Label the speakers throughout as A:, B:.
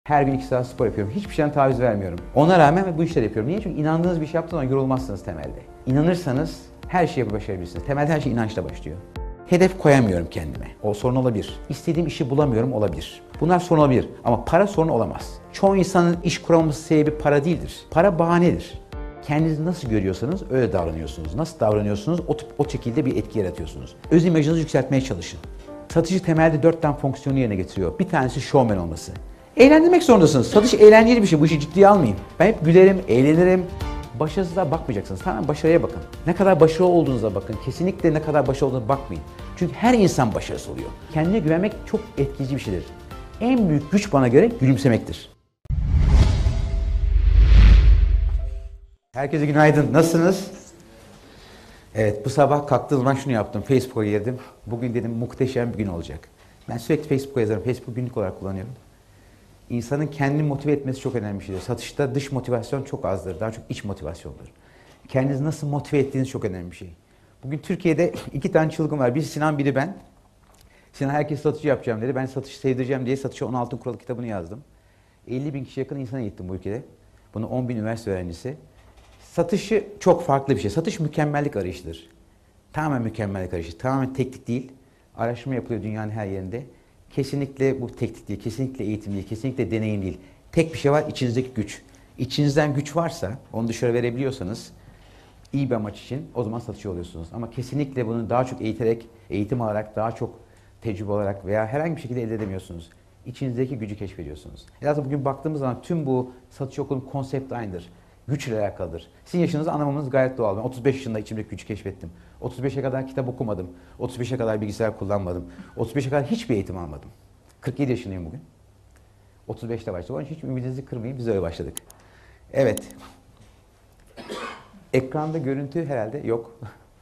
A: Her gün 2 saat spor yapıyorum. Hiçbir şeyden taviz vermiyorum. Ona rağmen bu işleri yapıyorum. Niye? Çünkü inandığınız bir şey yaptığınız zaman yorulmazsınız temelde. İnanırsanız her şeyi başarabilirsiniz. Temelde her şey inançla başlıyor. Hedef koyamıyorum kendime. O sorun olabilir. İstediğim işi bulamıyorum, olabilir. Bunlar sorun olabilir ama para sorun olamaz. Çoğu insanın iş kuramaması sebebi para değildir. Para bahanedir. Kendinizi nasıl görüyorsanız öyle davranıyorsunuz. Nasıl davranıyorsunuz o şekilde bir etki yaratıyorsunuz. Öz imajınızı yükseltmeye çalışın. Satıcı temelde 4 tane fonksiyonu yerine getiriyor. Bir tanesi showman olması. Eğlendirmek zorundasınız. Satış eğlenceli bir şey. Bu işi ciddiye almayın. Ben hep gülerim, eğlenirim. Başarısızlığa bakmayacaksınız. Tamamen başarıya bakın. Ne kadar başarılı olduğunuza bakın. Kesinlikle ne kadar başarılı olduğunuza bakmayın. Çünkü her insan başarısız oluyor. Kendine güvenmek çok etkileyici bir şeydir. En büyük güç bana göre gülümsemektir. Herkese günaydın. Nasılsınız? Evet, bu sabah kalktığım zaman şunu yaptım. Facebook'a girdim. Bugün dedim muhteşem bir gün olacak. Ben sürekli Facebook'a yazarım. Facebook günlük olarak kullanıyorum. İnsanın kendini motive etmesi çok önemli bir şeydir. Satışta dış motivasyon çok azdır. Daha çok iç motivasyondur. Kendinizi nasıl motive ettiğiniz çok önemli bir şey. Bugün Türkiye'de 2 tane çılgın var. Biri Sinan, biri ben. Sinan herkes satıcı yapacağım dedi. Ben satışı sevdireceğim diye Satışa 16 Kuralı kitabını yazdım. 50 bin kişiye yakın insana gittim bu ülkede. Bunu 10 bin üniversite öğrencisi. Satışı çok farklı bir şey. Satış mükemmellik arayışıdır. Tamamen mükemmellik arayışı. Tamamen teknik değil. Araştırma yapılıyor dünyanın her yerinde. Kesinlikle bu teknik değil, kesinlikle eğitim değil, kesinlikle deneyim değil. Tek bir şey var, içinizdeki güç. İçinizden güç varsa, onu dışarı verebiliyorsanız iyi bir amaç için o zaman satıcı oluyorsunuz. Ama kesinlikle bunu daha çok eğiterek, eğitim alarak, daha çok tecrübe olarak veya herhangi bir şekilde elde edemiyorsunuz. İçinizdeki gücü keşfediyorsunuz. Zaten bugün baktığımız zaman tüm bu satış okulunun konsepti aynıdır. Güçle alakalıdır. Sizin yaşınızı anlamamız gayet doğal. Ben 35 yaşında içimdeki gücü keşfettim. 35'e kadar kitap okumadım. 35'e kadar bilgisayar kullanmadım. 35'e kadar hiçbir eğitim almadım. 47 yaşındayım bugün. 35'te başladım. Onun için hiç ümidinizi kırmayın. Biz öyle başladık. Evet. Ekranda görüntü herhalde yok.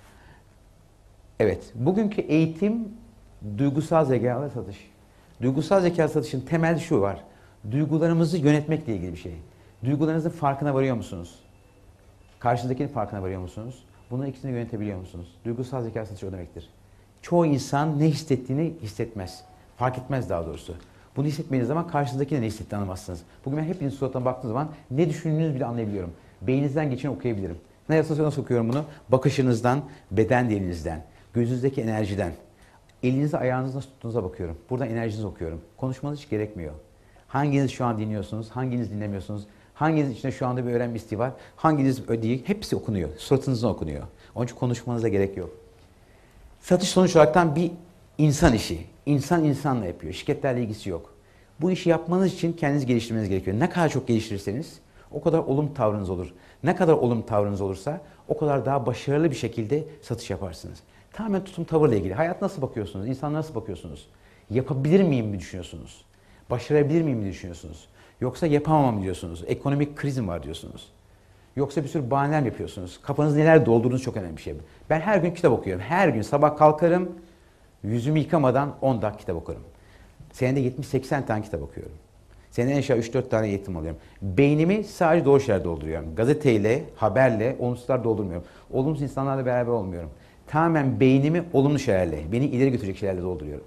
A: Evet. Bugünkü eğitim duygusal zekalı satış. Duygusal zeka satışın temel şu var. Duygularımızı yönetmekle ilgili bir şey. Duygularınızın farkına varıyor musunuz? Karşınızdakinin farkına varıyor musunuz? Bunun ikisini yönetebiliyor musunuz? Duygusal zeka satışı o demektir. Çoğu insan ne hissettiğini hissetmez. Fark etmez daha doğrusu. Bunu hissetmediğiniz zaman karşınızdakine ne hissettiğini anlamazsınız. Bugün ben hepinizin suratına baktığım zaman ne düşündüğünüzü bile anlayabiliyorum. Beyninizden geçeni okuyabilirim. Nasıl okuyorum bunu? Bakışınızdan, beden dilinizden, gözünüzdeki enerjiden, elinizi ayağınızı nasıl tuttuğunuza bakıyorum. Buradan enerjinizi okuyorum. Konuşmanız hiç gerekmiyor. Hanginiz şu an dinliyorsunuz, hanginiz dinlemiyorsunuz, hanginiz içinde şu anda bir öğrenme isteği var, hanginiz değil, hepsi okunuyor. Suratınızdan okunuyor. Onun için konuşmanıza gerek yok. Satış sonuç olarak bir insan işi. İnsan insanla yapıyor. Şirketlerle ilgisi yok. Bu işi yapmanız için kendinizi geliştirmeniz gerekiyor. Ne kadar çok geliştirirseniz o kadar olumlu tavrınız olur. Ne kadar olumlu tavrınız olursa o kadar daha başarılı bir şekilde satış yaparsınız. Tamamen tutum tavırla ilgili. Hayat nasıl bakıyorsunuz? İnsanlara nasıl bakıyorsunuz? Yapabilir miyim mi düşünüyorsunuz? Başarabilir miyim mi düşünüyorsunuz? Yoksa yapamam mı diyorsunuz? Ekonomik krizim var diyorsunuz. Yoksa bir sürü bahaneler mi yapıyorsunuz? Kafanızı neler doldurduğunuz çok önemli bir şey. Ben her gün kitap okuyorum. Her gün sabah kalkarım, yüzümü yıkamadan 10 dakika kitap okurum. Senede 70-80 tane kitap okuyorum. Senede en aşağı 3-4 tane eğitim alıyorum. Beynimi sadece doğru şeyler dolduruyorum. Gazeteyle, haberle, olumsuzlar doldurmuyorum. Olumsuz insanlarla beraber olmuyorum. Tamamen beynimi olumlu şeylerle, beni ileri götürecek şeylerle dolduruyorum.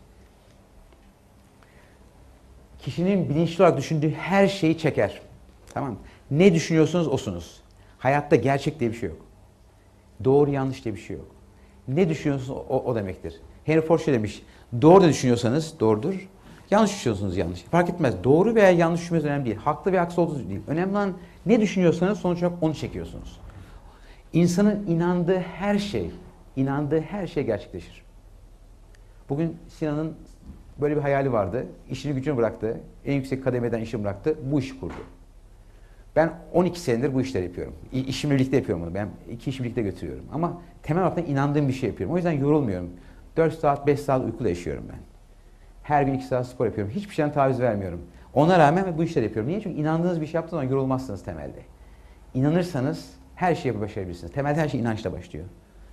A: Kişinin bilinçli olarak düşündüğü her şeyi çeker. Tamam mı? Ne düşünüyorsunuz osunuz. Hayatta gerçek diye bir şey yok. Doğru yanlış diye bir şey yok. Ne düşünüyorsunuz o demektir. Henry Ford şöyle demiş. Doğru da düşünüyorsanız doğrudur. Yanlış düşünüyorsunuz yanlış. Fark etmez. Doğru veya yanlış düşünmeniz önemli değil. Haklı veya haksız olduğunuz değil. Önemli olan ne düşünüyorsanız sonuç olarak onu çekiyorsunuz. İnsanın inandığı her şey gerçekleşir. Bugün Sinan'ın böyle bir hayali vardı. İşini gücünü bıraktı. En yüksek kademeden işini bıraktı. Bu işi kurdu. Ben 12 senedir bu işleri yapıyorum. İşimle birlikte yapıyorum bunu. Ben 2 işi birlikte götürüyorum. Ama temel olarak inandığım bir şey yapıyorum. O yüzden yorulmuyorum. 4 saat, 5 saat uykuyla yaşıyorum ben. Her gün 2 saat spor yapıyorum. Hiçbir şeyden taviz vermiyorum. Ona rağmen bu işleri yapıyorum. Niye? Çünkü inandığınız bir şey yaptığınız zaman yorulmazsınız temelde. İnanırsanız her şeyi başarabilirsiniz. Temelde her şey inançla başlıyor.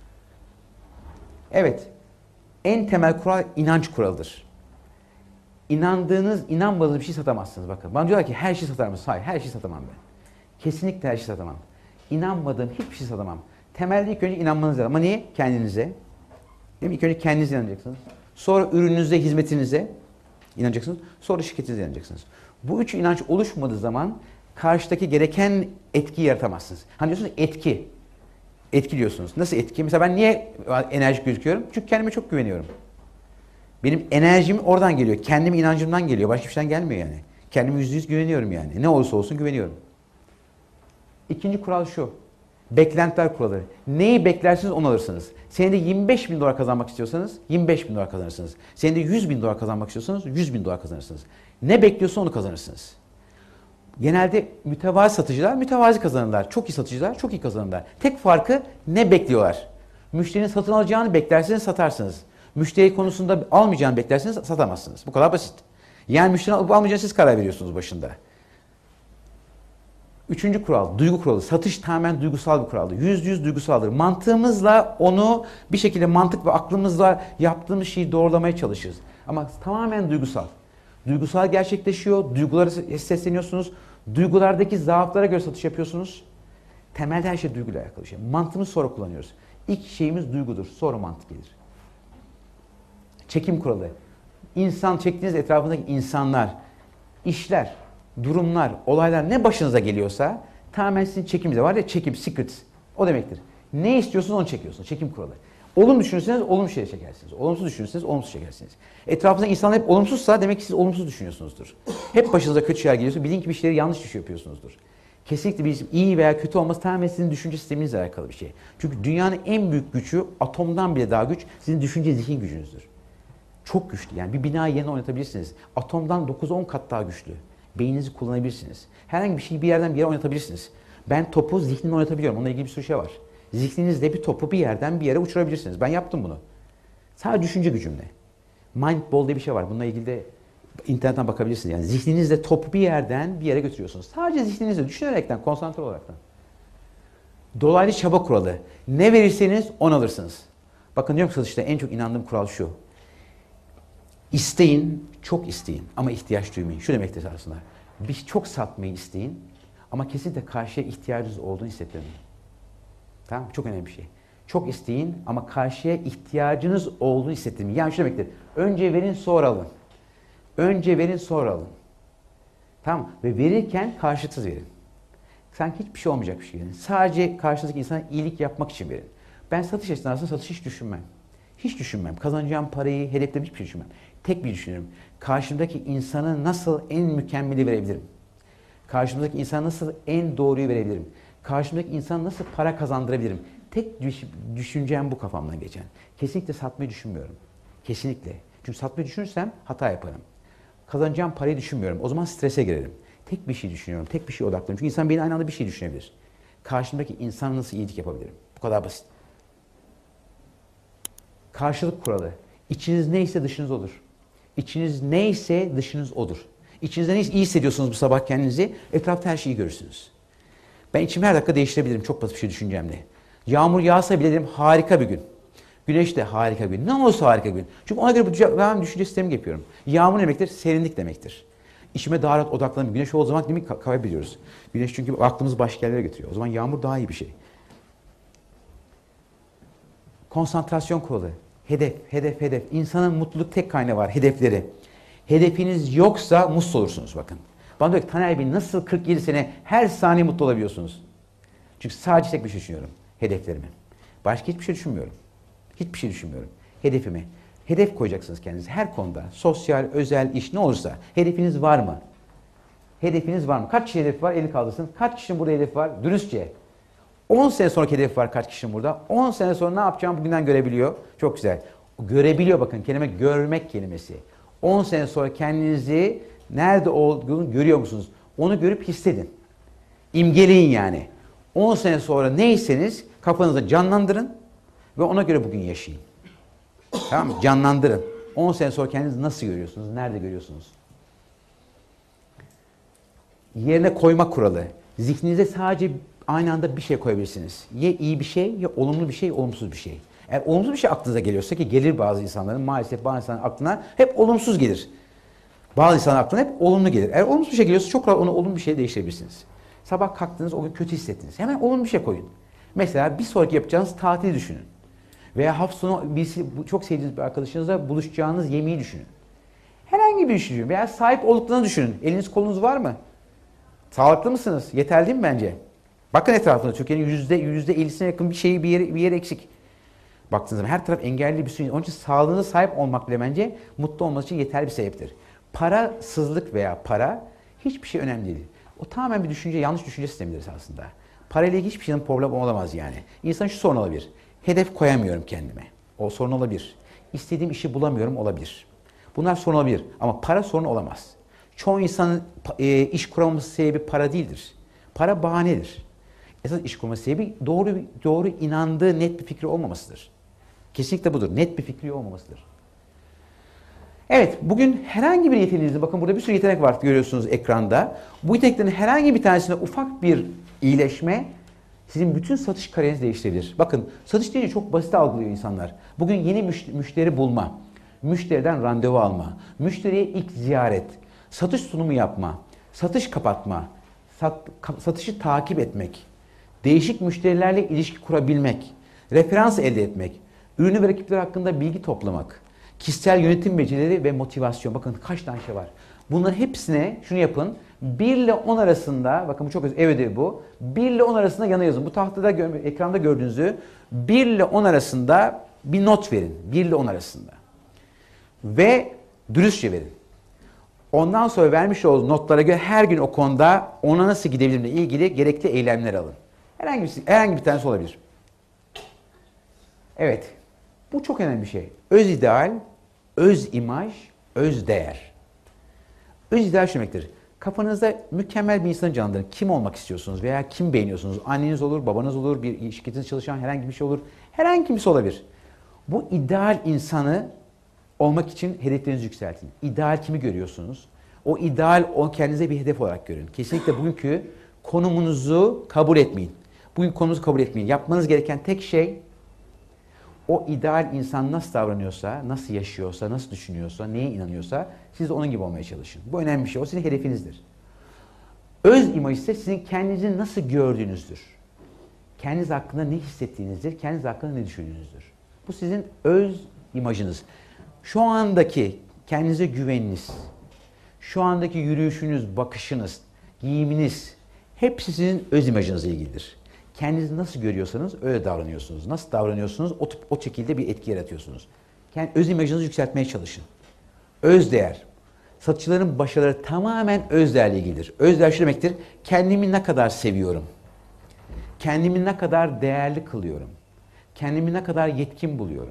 A: Evet. En temel kural inanç kuralıdır. İnanmadığınız bir şey satamazsınız bakın. Bana diyorlar ki her şeyi satar mısın? Hayır, her şeyi satamam ben. Kesinlikle her şeyi satamam. İnanmadığım hiçbir şey satamam. Temelde ilk önce inanmanız lazım. Ama niye? Kendinize. Değil mi? İlk önce kendinize inanacaksınız. Sonra ürününüze, hizmetinize inanacaksınız. Sonra şirketinize inanacaksınız. Bu üç inanç oluşmadığı zaman karşıdaki gereken etkiyi yaratamazsınız. Hani diyorsunuz etki. Etki diyorsunuz. Nasıl etki? Mesela ben niye enerjik gözüküyorum? Çünkü kendime çok güveniyorum. Benim enerjim oradan geliyor. Kendim inancımdan geliyor. Başka bir şeyden gelmiyor yani. Kendime %100 güveniyorum yani. Ne olursa olsun güveniyorum. İkinci kural şu. Beklentiler kuralı. Neyi beklersiniz onu alırsınız. Senede 25 bin dolar kazanmak istiyorsanız 25 bin dolar kazanırsınız. Senede 100 bin dolar kazanmak istiyorsanız 100 bin dolar kazanırsınız. Ne bekliyorsa onu kazanırsınız. Genelde mütevazi satıcılar mütevazi kazanırlar. Çok iyi satıcılar çok iyi kazanırlar. Tek farkı ne bekliyorlar? Müşterinin satın alacağını beklerseniz satarsınız. Müşteri konusunda almayacağını beklerseniz satamazsınız. Bu kadar basit. Yani müşterinin alıp almayacağını siz karar veriyorsunuz başında. Üçüncü kural, duygu kuralı. Satış tamamen duygusal bir kuraldır. %100 duygusaldır. Mantığımızla onu bir şekilde mantık ve aklımızla yaptığımız şeyi doğrulamaya çalışırız. Ama tamamen duygusal. Duygusal gerçekleşiyor, duyguları sesleniyorsunuz. Duygulardaki zaaflara göre satış yapıyorsunuz. Temelde her şey duyguyla alakalı bir şey. Mantığımızı sonra kullanıyoruz. İlk şeyimiz duygudur, sonra mantık gelir. Çekim kuralı. İnsan çektiğiniz etrafındaki insanlar, işler, durumlar, olaylar ne başınıza geliyorsa tamamen sizin çekiminize var ya çekim, secrets. O demektir. Ne istiyorsunuz onu çekiyorsunuz. Çekim kuralı. Olumlu düşünürseniz olumlu şeyler çekersiniz. Olumsuz düşünürseniz olumsuz çekersiniz. Etrafınızda insanlar hep olumsuzsa demek ki siz olumsuz düşünüyorsunuzdur. Hep başınıza kötü şeyler geliyorsa bilin ki bir şeyleri yanlış yapıyorsunuzdur. Kesinlikle bir iyi veya kötü olması tamamen sizin düşünce sisteminizle alakalı bir şey. Çünkü dünyanın en büyük gücü atomdan bile daha güç sizin düşünce zihin gücünüzdür. Çok güçlü. Yani bir binayı yerine oynatabilirsiniz. Atomdan 9-10 kat daha güçlü. Beyninizi kullanabilirsiniz. Herhangi bir şeyi bir yerden bir yere oynatabilirsiniz. Ben topu zihnimle oynatabiliyorum. Onunla ilgili bir sürü şey var. Zihninizle bir topu bir yerden bir yere uçurabilirsiniz. Ben yaptım bunu. Sadece düşünce gücümle. Mindball diye bir şey var. Bununla ilgili de internetten bakabilirsiniz. Yani zihninizle topu bir yerden bir yere götürüyorsunuz. Sadece zihninizle düşünerekten, konsantre olaraktan. Dolaylı çaba kuralı. Ne verirseniz onu alırsınız. Bakın diyorum ki satışta en çok inandığım kural şu. İsteyin, çok isteyin ama ihtiyaç duymayın. Şu demektir aslında. Çok satmayı isteyin ama kesinlikle karşıya ihtiyacınız olduğunu hissettirmeyin. Tamam mı? Çok önemli bir şey. Çok isteyin ama karşıya ihtiyacınız olduğunu hissettirmeyin. Yani şu demektir. Önce verin sonra alın. Önce verin sonra alın. Tamam mı? Ve verirken karşılıksız verin. Sanki hiçbir şey olmayacak bir şey verin. Sadece karşınızdaki insana iyilik yapmak için verin. Ben satış esnasında satışı hiç düşünmem. Hiç düşünmem. Kazanacağım parayı, hedeflerimi hiçbir şey düşünmem. Tek bir düşünürüm. Karşımdaki insana nasıl en mükemmeli verebilirim? Karşımdaki insana nasıl en doğruyu verebilirim? Karşımdaki insana nasıl para kazandırabilirim? Tek düşüncem bu kafamdan geçen. Kesinlikle satmayı düşünmüyorum. Kesinlikle. Çünkü satmayı düşünürsem hata yaparım. Kazanacağım parayı düşünmüyorum. O zaman strese girerim. Tek bir şey düşünüyorum. Tek bir şeye odaklanıyorum. Çünkü insan beyin aynı anda bir şey düşünebilir. Karşımdaki insana nasıl iyilik yapabilirim? Bu kadar basit. Karşılık kuralı. İçiniz neyse dışınız olur. İçiniz neyse dışınız odur. İçinizde neyse iyi hissediyorsunuz bu sabah kendinizi, etrafta her şeyi görürsünüz. Ben içimi her dakika değiştirebilirim çok basit bir şey düşüncemle. Yağmur yağsa bile derim harika bir gün. Güneş de harika bir gün. Ne olursa harika bir gün. Çünkü ona göre ben düşünce sistemi yapıyorum. Yağmur demektir? Serinlik demektir. İçime daha rahat odaklanıp güneş olduğu zaman değil mi kaybediyoruz. Güneş çünkü aklımız başka yerlere götürüyor. O zaman yağmur daha iyi bir şey. Konsantrasyon kuralı. Hedef, hedef, hedef. İnsanın mutluluk tek kaynağı var, hedefleri. Hedefiniz yoksa mutsuz olursunuz bakın. Bana diyor ki Taner Bey nasıl 47 sene her saniye mutlu olabiliyorsunuz? Çünkü sadece tek bir şey düşünüyorum. Hedeflerimi. Başka hiçbir şey düşünmüyorum. Hiçbir şey düşünmüyorum. Hedefimi. Hedef koyacaksınız kendinize her konuda. Sosyal, özel, iş ne olursa. Hedefiniz var mı? Hedefiniz var mı? Kaç kişi hedef var? Eli kaldırsın. Kaç kişinin burada hedef var? Dürüstçe. 10 sene sonraki hedef var kaç kişinin burada? 10 sene sonra ne yapacağımı bugünden görebiliyor. Çok güzel. Görebiliyor bakın kelime görmek kelimesi. 10 sene sonra kendinizi nerede olduğunu görüyor musunuz? Onu görüp hissedin. İmgeleyin yani. 10 sene sonra neyseniz kafanızda canlandırın ve ona göre bugün yaşayın. Tamam mı? Canlandırın. 10 sene sonra kendinizi nasıl görüyorsunuz? Nerede görüyorsunuz? Yerine koyma kuralı. Zihninize sadece aynı anda bir şey koyabilirsiniz. Ya iyi bir şey, ya olumlu bir şey, olumsuz bir şey. Eğer olumsuz bir şey aklınıza geliyorsa ki gelir bazı insanların, maalesef bazı insanların aklına hep olumsuz gelir. Bazı insanların aklına hep olumlu gelir. Eğer olumsuz bir şey geliyorsa çok rahat onu olumlu bir şeye değiştirebilirsiniz. Sabah kalktınız, o gün kötü hissettiniz. Hemen olumlu bir şey koyun. Mesela bir sonraki yapacağınız tatili düşünün. Veya hafta sonu çok sevdiğiniz bir arkadaşınızla buluşacağınız yemeği düşünün. Herhangi bir iş düşünün veya sahip olduklarını düşünün. Eliniz kolunuz var mı? Sağlıklı mısınız? Yeterli değil mi bence? Bakın etrafında Türkiye'nin %50'sine yakın bir yer eksik. Baktığınız zaman her taraf engelli bir sürü. Onun için sağlığına sahip olmak bile bence mutlu olması için yeterli bir sebeptir. Parasızlık veya para hiçbir şey önemli değil. O tamamen bir düşünce, yanlış düşünce sistemidir aslında. Parayla ilgili hiçbir şeyin problem olamaz yani. İnsan şu sorun olabilir. Hedef koyamıyorum kendime. O sorun olabilir. İstediğim işi bulamıyorum olabilir. Bunlar sorun olabilir ama para sorun olamaz. Çoğu insanın iş kuramaması sebebi para değildir. Para bahanedir. Esas iş kurma sebebi doğru inandığı net bir fikri olmamasıdır. Kesinlikle budur. Net bir fikri olmamasıdır. Evet, bugün herhangi bir yeteneğinizde, bakın burada bir sürü yetenek var görüyorsunuz ekranda. Bu yeteneklerin herhangi bir tanesinde ufak bir iyileşme sizin bütün satış kariyerinizi değiştirebilir. Bakın satış deyince çok basit algılıyor insanlar. Bugün yeni müşteri bulma, müşteriden randevu alma, müşteriye ilk ziyaret, satış sunumu yapma, satış kapatma, satışı takip etmek, değişik müşterilerle ilişki kurabilmek, referans elde etmek, ürünü ve rakipleri hakkında bilgi toplamak, kişisel yönetim becerileri ve motivasyon. Bakın kaç tane şey var. Bunların hepsine şunu yapın. 1 ile 10 arasında, bakın bu çok ev ödevi bu. 1 ile 10 arasında yana yazın. Bu tahtada, ekranda gördüğünüzü 1 ile 10 arasında bir not verin. 1 ile 10 arasında. Ve dürüstçe verin. Ondan sonra vermiş olduğunuz notlara göre her gün o konuda ona nasıl gidebilirimle ilgili gerekli eylemler alın. Herhangi bir tanesi olabilir. Evet. Bu çok önemli bir şey. Öz ideal, öz imaj, öz değer. Öz ideal şu demektir. Kafanızda mükemmel bir insanı canlandırın. Kim olmak istiyorsunuz veya kim beğeniyorsunuz? Anneniz olur, babanız olur, bir şirketinizde çalışan herhangi bir şey olur. Herhangi kimse olabilir. Bu ideal insanı olmak için hedeflerinizi yükseltin. İdeal kimi görüyorsunuz? O ideal, kendinize bir hedef olarak görün. Kesinlikle bugünkü konumunuzu kabul etmeyin. Bugün konumunuzu kabul etmeyin. Yapmanız gereken tek şey o ideal insan nasıl davranıyorsa, nasıl yaşıyorsa, nasıl düşünüyorsa, neye inanıyorsa siz de onun gibi olmaya çalışın. Bu önemli bir şey. O sizin hedefinizdir. Öz imaj ise sizin kendinizi nasıl gördüğünüzdür. Kendiniz hakkında ne hissettiğinizdir, kendiniz hakkında ne düşündüğünüzdür. Bu sizin öz imajınız. Şu andaki kendinize güveniniz, şu andaki yürüyüşünüz, bakışınız, giyiminiz hepsi sizin öz imajınızla ilgilidir. Kendinizi nasıl görüyorsanız öyle davranıyorsunuz. Nasıl davranıyorsunuz o şekilde bir etki yaratıyorsunuz. Öz imajınızı yükseltmeye çalışın. Öz değer. Satışçıların başarıları tamamen öz değerle ilgilidir. Öz değer şu demektir. Kendimi ne kadar seviyorum? Kendimi ne kadar değerli kılıyorum? Kendimi ne kadar yetkin buluyorum?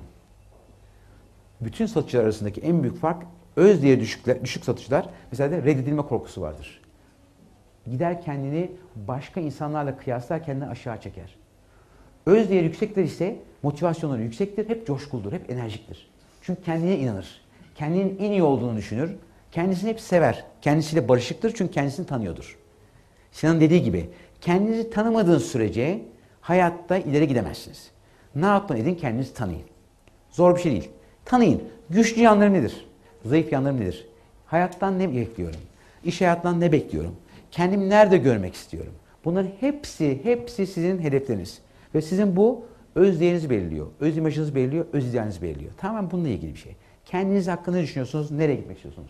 A: Bütün satışçılar arasındaki en büyük fark öz değeri düşük satışçılar mesela de reddedilme korkusu vardır. Gider kendini başka insanlarla kıyaslar kendini aşağı çeker. Öz değeri yüksekler ise motivasyonları yüksektir, hep coşkuldur, hep enerjiktir. Çünkü kendine inanır. Kendinin en iyi olduğunu düşünür. Kendisini hep sever. Kendisiyle barışıktır çünkü kendisini tanıyordur. Sinan'ın dediği gibi kendinizi tanımadığınız sürece hayatta ileri gidemezsiniz. Ne yapın edin kendinizi tanıyın. Zor bir şey değil. Tanıyın. Güçlü yanlarım nedir? Zayıf yanlarım nedir? Hayattan ne bekliyorum? İş hayatından ne bekliyorum? Kendimi nerede görmek istiyorum? Bunların hepsi sizin hedefleriniz. Ve sizin bu öz değerinizi belirliyor. Öz imajınızı belirliyor, öz idealinizi belirliyor. Tamamen bununla ilgili bir şey. Kendiniz hakkında ne düşünüyorsunuz? Nereye gitmek istiyorsunuz?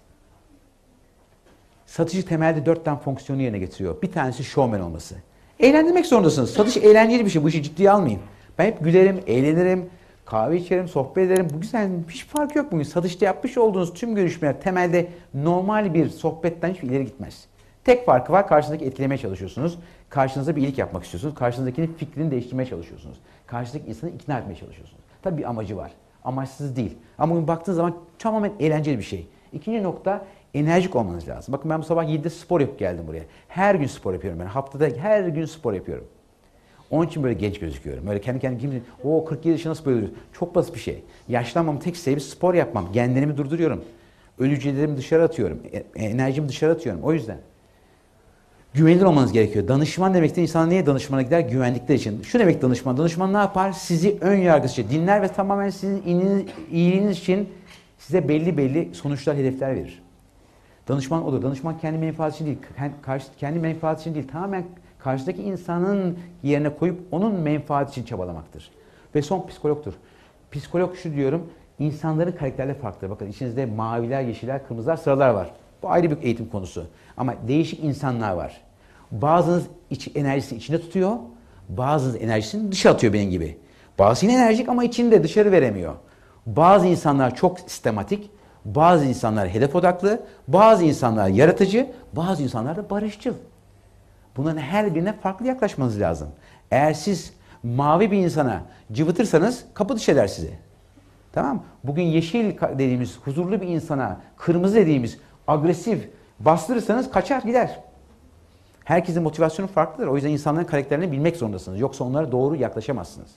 A: Satıcı temelde 4 tane fonksiyonu yerine getiriyor. Bir tanesi showman olması. Eğlendirmek zorundasınız. Satış eğlenceli bir şey. Bu işi ciddiye almayın. Ben hep gülerim, eğlenirim, kahve içerim, sohbet ederim. Bu güzel, hiç fark yok bugün. Satışta yapmış olduğunuz tüm görüşmeler temelde normal bir sohbetten hiç ileri gitmez. Tek farkı var, karşınızdaki etkilemeye çalışıyorsunuz. Karşınıza bir iyilik yapmak istiyorsunuz. Karşınızdakinin fikrini değiştirmeye çalışıyorsunuz. Karşınızdaki insanı ikna etmeye çalışıyorsunuz. Tabii bir amacı var. Amaçsız değil. Ama bugün baktığınız zaman tamamen eğlenceli bir şey. İkinci nokta, enerjik olmanız lazım. Bakın ben bu sabah 7'de spor yapıp geldim buraya. Her gün spor yapıyorum ben. Haftada her gün spor yapıyorum. Onun için böyle genç gözüküyorum. Öyle kendi kendime o 47 yaşında nasıl böyle duruyor? Çok basit bir şey. Yaşlanmamın tek sebebi spor yapmam. Genlerimi durduruyorum. Ölücülerimi dışarı atıyorum. Enerjimi dışarı atıyorum. O yüzden. Güvenilir olmanız gerekiyor. Danışman demektir. İnsanlar niye danışmana gider? Güvendikleri için. Şu demek danışman. Danışman ne yapar? Sizi ön yargısızca dinler ve tamamen sizin iyiliğiniz için size belli sonuçlar, hedefler verir. Danışman odur. Danışman kendi menfaati için değil. Kendi menfaati için değil. Tamamen karşıdaki insanın yerine koyup onun menfaati için çabalamaktır. Ve son psikologtur. Psikolog şu diyorum. İnsanların karakterleri farklı. Bakın içinizde maviler, yeşiller, kırmızılar, sarılar var. Bu ayrı bir eğitim konusu. Ama değişik insanlar var. Bazınız enerjisini içinde tutuyor. Bazınız enerjisini dışa atıyor benim gibi. Bazı enerjik ama içinde dışarı veremiyor. Bazı insanlar çok sistematik. Bazı insanlar hedef odaklı. Bazı insanlar yaratıcı. Bazı insanlar da barışçıl. Bunların her birine farklı yaklaşmanız lazım. Eğer siz mavi bir insana cıvıtırsanız kapı dışı eder sizi. Tamam mı? Bugün yeşil dediğimiz huzurlu bir insana, kırmızı dediğimiz agresif bastırırsanız kaçar gider. Herkesin motivasyonu farklıdır. O yüzden insanların karakterini bilmek zorundasınız. Yoksa onlara doğru yaklaşamazsınız.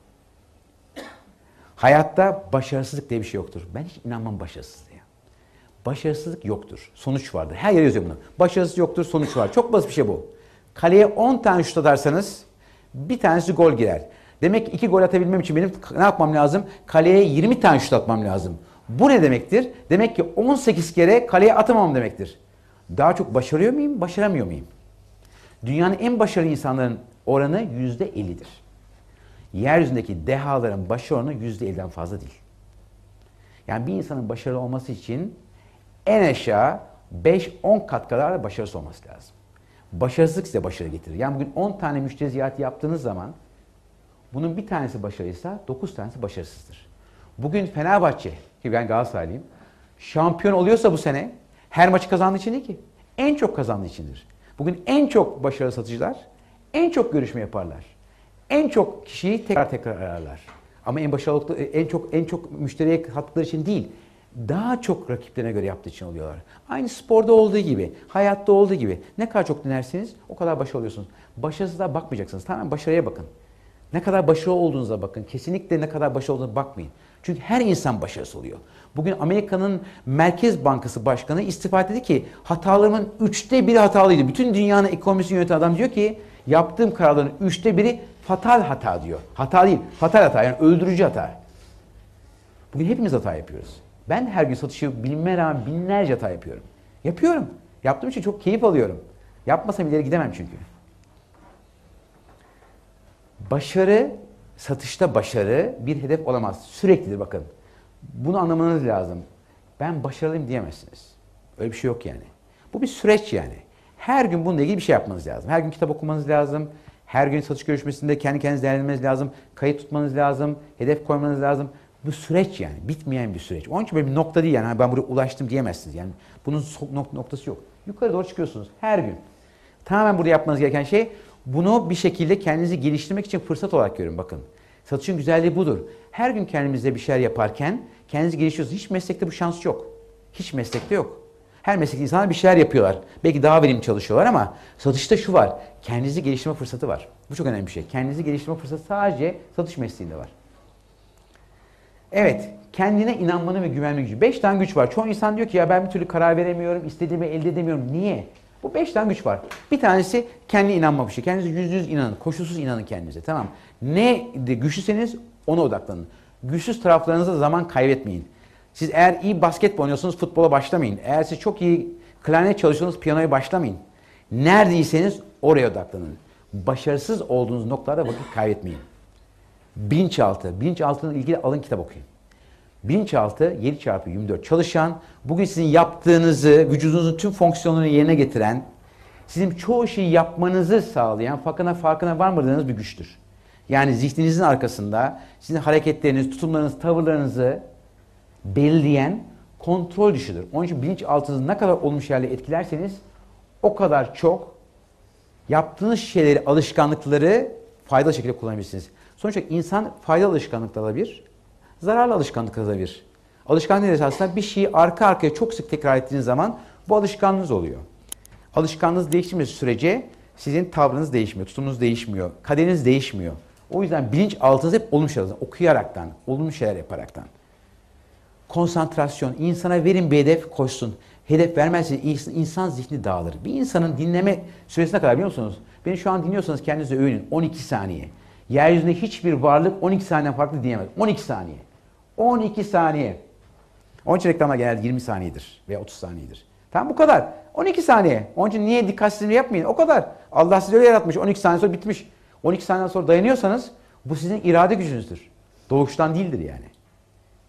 A: Hayatta başarısızlık diye bir şey yoktur. Ben hiç inanmam başarısızlığa. Başarısızlık yoktur. Sonuç vardır. Her yere yazıyor bunu. Başarısız yoktur, sonuç var. Çok basit bir şey bu. Kaleye 10 tane şut atarsanız bir tanesi gol girer. Demek ki 2 gol atabilmem için benim ne yapmam lazım? Kaleye 20 tane şut atmam lazım. Bu ne demektir? Demek ki 18 kere kaleye atamam demektir. Daha çok başarıyor muyum, başaramıyor muyum? Dünyanın en başarılı insanların oranı %50'dir. Yeryüzündeki dehaların başarı oranı %50'den fazla değil. Yani bir insanın başarılı olması için en aşağı 5-10 kat kadar başarısı olması lazım. Başarısızlık size başarı getirir. Yani bugün 10 tane müşteri ziyareti yaptığınız zaman bunun bir tanesi başarıysa 9 tanesi başarısızdır. Bugün Fenerbahçe, ki ben Galatasaraylıyım, şampiyon oluyorsa bu sene her maçı kazandığı için değil ki. En çok kazandığı içindir. Bugün en çok başarılı satıcılar en çok görüşme yaparlar. En çok kişiyi tekrar ararlar. Ama en başarılı en çok müşteriye kattıkları için değil, daha çok rakiplerine göre yaptığı için oluyorlar. Aynı sporda olduğu gibi, hayatta olduğu gibi. Ne kadar çok dinlerseniz o kadar başarılı oluyorsunuz. Başarısızlığa bakmayacaksınız. Tamamen başarıya bakın. Ne kadar başarılı olduğunuza bakın. Kesinlikle ne kadar başarılı olduğunuza bakmayın. Çünkü her insan başarısız oluyor. Bugün Amerika'nın Merkez Bankası Başkanı istifa dedi ki hatalarımın 1/3 hatalıydı. Bütün dünyanın ekonomisini yöneten adam diyor ki yaptığım kararların 1/3 fatal hata diyor. Hata değil, fatal hata yani öldürücü hata. Bugün hepimiz hata yapıyoruz. Ben her gün satışı bilmeme rağmen binlerce hata yapıyorum. Yapıyorum. Yaptığım için çok keyif alıyorum. Yapmasam ileri gidemem çünkü. Başarı, satışta başarı bir hedef olamaz. Süreklidir bakın. Bunu anlamanız lazım. Ben başarılıyım diyemezsiniz. Öyle bir şey yok yani. Bu bir süreç yani. Her gün bununla ilgili bir şey yapmanız lazım. Her gün kitap okumanız lazım. Her gün satış görüşmesinde kendi kendinizi değerlendirmeniz lazım. Kayıt tutmanız lazım. Hedef koymanız lazım. Bu süreç yani. Bitmeyen bir süreç. Onun için böyle bir nokta değil yani. Ben buraya ulaştım diyemezsiniz. Yani bunun noktası yok. Yukarı doğru çıkıyorsunuz her gün. Tamamen burada yapmanız gereken şey bunu bir şekilde kendinizi geliştirmek için fırsat olarak görün bakın. Satışın güzelliği budur. Her gün kendimizde bir şeyler yaparken kendinizi geliştiriyorsunuz. Hiç meslekte bu şans yok. Hiç meslekte yok. Her meslekte insanlar bir şeyler yapıyorlar. Belki daha verimli çalışıyorlar ama satışta şu var. Kendinizi geliştirme fırsatı var. Bu çok önemli bir şey. Kendinizi geliştirme fırsatı sadece satış mesleğinde var. Evet, kendine inanmanın ve güvenme gücü. 5 tane güç var. Çoğu insan diyor ki ya ben bir türlü karar veremiyorum, istediğimi elde edemiyorum. Niye? Bu 5 tane güç var. Bir tanesi kendine inanma bir şey. Kendinize %100 inanın. Koşulsuz inanın kendinize. Tamam. Ne güçlüseniz ona odaklanın. Güçsüz taraflarınızda zaman kaybetmeyin. Siz eğer iyi basketbol oynuyorsanız futbola başlamayın. Eğer siz çok iyi klarnet çalışıyorsanız piyanoya başlamayın. Neredeyseniz oraya odaklanın. Başarısız olduğunuz noktalarda vakit kaybetmeyin. Bilinçaltı. Bilinçaltıyla ilgili alın kitap okuyun. Bilinçaltı 7x24 çalışan, bugün sizin yaptığınızı, vücudunuzun tüm fonksiyonlarını yerine getiren, sizin çoğu şeyi yapmanızı sağlayan, farkına varmadığınız bir güçtür. Yani zihninizin arkasında sizin hareketleriniz, tutumlarınız, tavırlarınızı belirleyen kontrol dışıdır. Onun için bilinçaltınızı ne kadar olumlu yerle etkilerseniz o kadar çok yaptığınız şeyleri, alışkanlıkları faydalı şekilde kullanabilirsiniz. Sonuçta insan faydalı alışkanlık da alabilir, zararlı alışkanlık alabilir. Alışkanlık nedir aslında? Bir şeyi arka arkaya çok sık tekrar ettiğiniz zaman bu alışkanlığınız oluyor. Alışkanlığınız değiştirmesi sürece sizin tavrınız değişmiyor, tutumunuz değişmiyor, kaderiniz değişmiyor. O yüzden bilinçaltınız hep olumlu şeyler, okuyaraktan, olumlu şeyler yaparaktan. Konsantrasyon, insana verin bir hedef koşsun. Hedef vermezseniz insan zihni dağılır. Bir insanın dinleme süresine kadar biliyor musunuz? Beni şu an dinliyorsanız kendinize övünün. 12 saniye. Yeryüzünde hiçbir varlık 12 saniyeden farklı dinleyemez. 12 saniye. 12 saniye. Onun için reklamlar genelde 20 saniyedir veya 30 saniyedir. Tamam bu kadar. 12 saniye. Onun için niye dikkatsizliği yapmayın? O kadar. Allah sizi öyle yaratmış. 12 saniye sonra bitmiş. 12 saniyeden sonra dayanıyorsanız bu sizin irade gücünüzdür. Doğuştan değildir yani.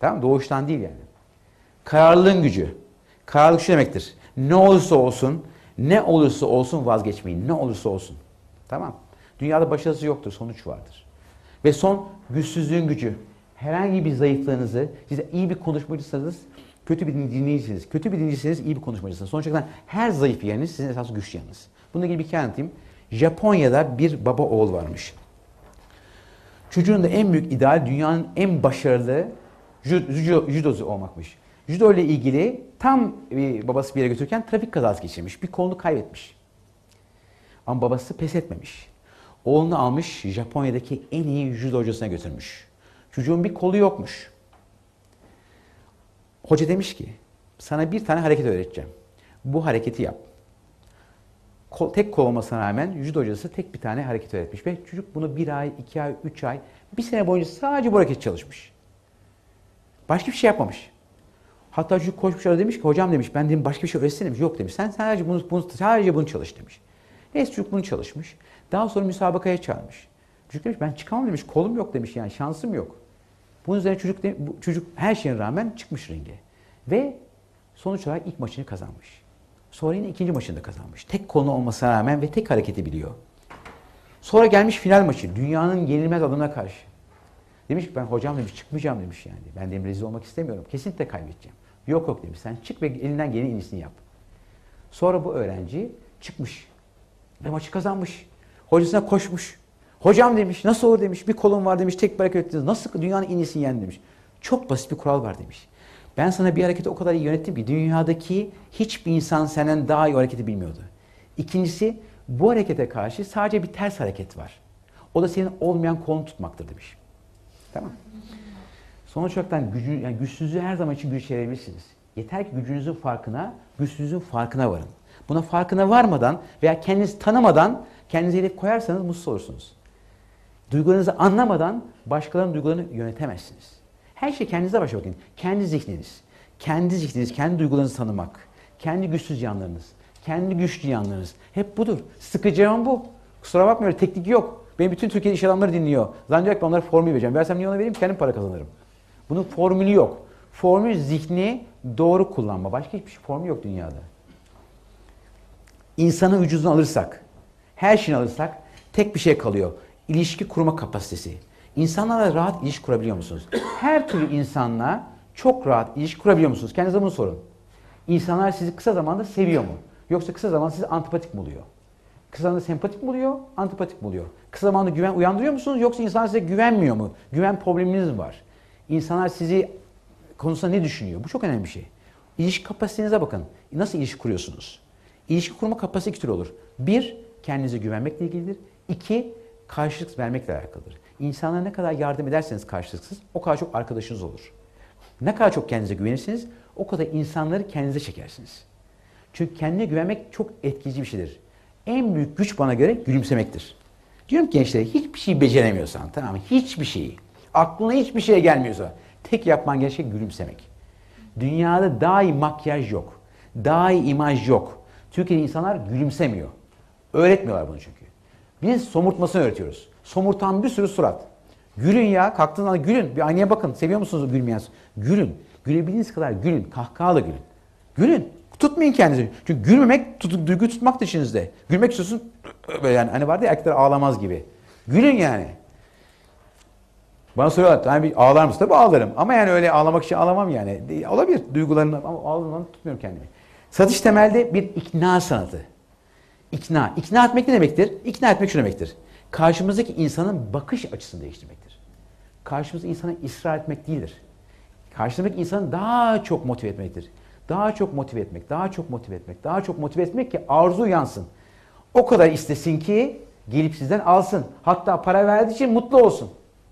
A: Tamam mı? Doğuştan değil yani. Kararlılığın gücü. Kararlılık şu demektir. Ne olursa olsun, ne olursa olsun vazgeçmeyin. Ne olursa olsun. Tamam. Dünyada başarısı yoktur, sonuç vardır. Ve son, güçsüzlüğün gücü. Herhangi bir zayıflığınızı, siz iyi bir konuşmacıysanız, kötü bir dinleyicisiniz. Kötü bir dinleyicisiniz, iyi bir konuşmacısınız. Sonuç olarak her zayıf yeriniz sizin esaslı güçlü yanınız. Bununla ilgili bir hikaye anlatayım. Japonya'da bir baba oğul varmış. Çocuğun da en büyük ideal dünyanın en başarılı judocu olmakmış. Judo ile ilgili tam babası bir yere götürürken trafik kazası geçirmiş. Bir kolunu kaybetmiş. Ama babası pes etmemiş. Oğlunu almış Japonya'daki en iyi judo hocasına götürmüş. Çocuğun bir kolu yokmuş. Hoca demiş ki sana bir tane hareket öğreteceğim. Bu hareketi yap. Tek kol olmasına rağmen judo hocası tek bir tane hareket öğretmiş. Ve çocuk bunu 1 ay, 2 ay, 3 ay, 1 sene boyunca sadece bu hareket çalışmış. Başka bir şey yapmamış. Hatta çocuk koşmuş orada demiş ki hocam demiş ben demiş, başka bir şey öğretsene demiş. Yok demiş sen sadece bunu çalış demiş. Neyse çocuk bunu çalışmış. Daha sonra müsabakaya çağırmış. Çocuk demiş ben çıkamam demiş kolum yok demiş yani şansım yok. Bunun üzerine çocuk her şeye rağmen çıkmış ringe. Ve sonuç olarak ilk maçını kazanmış. Sonra yine ikinci maçını da kazanmış. Tek kolunu olmasına rağmen ve tek hareketi biliyor. Sonra gelmiş final maçı. Dünyanın yenilmez adına karşı. Demiş ki ben hocam demiş çıkmayacağım demiş yani. Ben demiş rezil olmak istemiyorum. Kesinlikle kaybedeceğim. Yok demiş sen çık ve elinden gelen en iyisini yap. Sonra bu öğrenci çıkmış. Ve maçı kazanmış. Hocasına koşmuş. Hocam demiş nasıl olur demiş. Bir kolum var demiş tek bir hareket ettiniz. Nasıl dünyanın en iyisini yendi demiş. Çok basit bir kural var demiş. Ben sana bir hareketi o kadar iyi yönettim ki dünyadaki hiçbir insan senden daha iyi o hareketi bilmiyordu. İkincisi bu harekete karşı sadece bir ters hareket var. O da senin olmayan kolunu tutmaktır demiş. Tamam. Sonuç olarak yani güçsüzlüğü her zaman için güç çevirebilirsiniz. Yeter ki gücünüzün farkına, güçsüzlüğün farkına varın. Buna farkına varmadan veya kendinizi tanımadan kendinize hedef koyarsanız mutsuz olursunuz. Duygularınızı anlamadan başkalarının duygularını yönetemezsiniz. Her şey kendinize başa bakın. Kendi zihniniz, kendi duygularınızı tanımak, kendi güçsüz yanlarınız, kendi güçlü yanlarınız. Hep budur. Sıkıcı yan bu. Kusura bakmayın teknik yok. Benim bütün Türkiye'de iş adamları dinliyor. Zannediyor ki onlara formül vereceğim. Versem niye ona vereyim? Kendim para kazanırım. Bunun formülü yok. Formül zihni doğru kullanma. Başka hiçbir formül yok dünyada. İnsanın vücudunu alırsak, her şeyini alırsak tek bir şey kalıyor. İlişki kurma kapasitesi. İnsanlarla rahat ilişki kurabiliyor musunuz? Her türlü insanla çok rahat ilişki kurabiliyor musunuz? Kendinize bunu sorun. İnsanlar sizi kısa zamanda seviyor mu? Yoksa kısa zamanda size antipatik mi oluyor? Kısa zamanda sempatik mi oluyor, antipatik mi oluyor? Kısa zamanda güven uyandırıyor musunuz yoksa insanlar size güvenmiyor mu? Güven probleminiz mi var? İnsanlar sizi konusunda ne düşünüyor? Bu çok önemli bir şey. İlişki kapasitenize bakın. Nasıl ilişki kuruyorsunuz? İlişki kurma kapasitesi iki türlü olur. Bir, kendinize güvenmekle ilgilidir. İki, karşılık vermekle alakalıdır. İnsanlara ne kadar yardım ederseniz karşılıksız, o kadar çok arkadaşınız olur. Ne kadar çok kendinize güvenirsiniz, o kadar insanları kendinize çekersiniz. Çünkü kendine güvenmek çok etkileyici bir şeydir. En büyük güç bana göre gülümsemektir. Diyorum ki gençlere hiçbir şey beceremiyorsan, tamam mı? Hiçbir şeyi, aklına hiçbir şey gelmiyorsa, tek yapman gereken şey gülümsemek. Dünyada daha iyi makyaj yok, daha iyi imaj yok. Türkiye'de insanlar gülümsemiyor. Öğretmiyorlar bunu çünkü. Biz somurtmasını öğretiyoruz. Somurtan bir sürü surat. Gülün ya, kalktığında gülün. Bir aynaya bakın. Seviyor musunuz gülmeyen? Gülün. Gülebildiğiniz kadar gülün. Kahkahalı gülün. Gülün. Tutmayın kendinizi. Çünkü gülmemek, duygu tutmak da içinizde. Gülmek istiyorsun, böyle yani hani vardı ya erkekler ağlamaz gibi. Gülün yani. Bana soruyorlar, hani bir ağlar mısın? Tabii ağlarım. Ama yani öyle ağlamak için ağlamam yani. Olabilir duygularını ama ağlamam tutmuyorum kendimi. Satış temelde bir ikna sanatı. İkna. İkna etmek ne demektir? İkna etmek şu demektir. Karşımızdaki insanın bakış açısını değiştirmektir. Karşımızdaki insana ısrar etmek değildir. Karşımızdaki insanı daha çok motive etmektir. Daha çok motive etmek, daha çok motive etmek, daha çok motive etmek ki arzu uyansın. O kadar istesin ki gelip sizden alsın. Hatta para verdiği için mutlu olsun.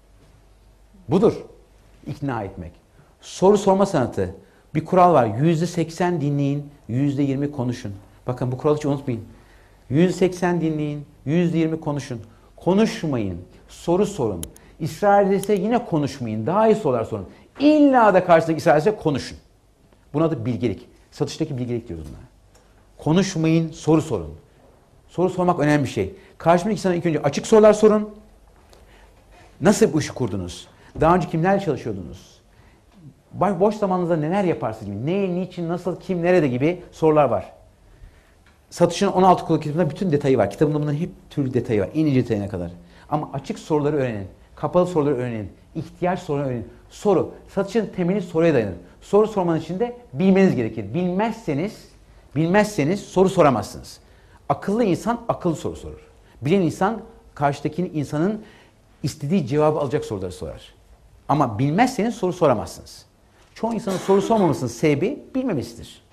A: Budur. İkna etmek. Soru sorma sanatı. Bir kural var. %80 dinleyin, %20 konuşun. Bakın bu kuralı hiç unutmayın. %80 dinleyin, %20 konuşun. Konuşmayın, soru sorun. İsrar ederse yine konuşmayın, daha iyi sorular sorun. İlla da karşıdaki ısrar ederse konuşun. Buna adı bilgelik. Satıştaki bilgelik diyoruz buna. Konuşmayın, soru sorun. Soru sormak önemli bir şey. Karşımdaki insana ilk önce açık sorular sorun. Nasıl bu işi kurdunuz? Daha önce kimlerle çalışıyordunuz? Boş zamanınızda neler yaparsınız gibi, ne, niçin, nasıl, kim, nerede gibi sorular var. Satışın 16 kolu kitabında bütün detayı var. Kitabımda bunların hep türlü detayı var. En ince detayına kadar. Ama açık soruları öğrenin. Kapalı soruları öğrenin. İhtiyaç soruları öğrenin. Soru. Satışın temeli soruya dayanır. Soru sormanın için de bilmeniz gerekir. Bilmezseniz soru soramazsınız. Akıllı insan akıllı soru sorur. Bilen insan karşıdaki insanın istediği cevabı alacak soruları sorar. Ama bilmezseniz soru soramazsınız. Çoğu insanın soru sormamasının sebebi bilmemesidir.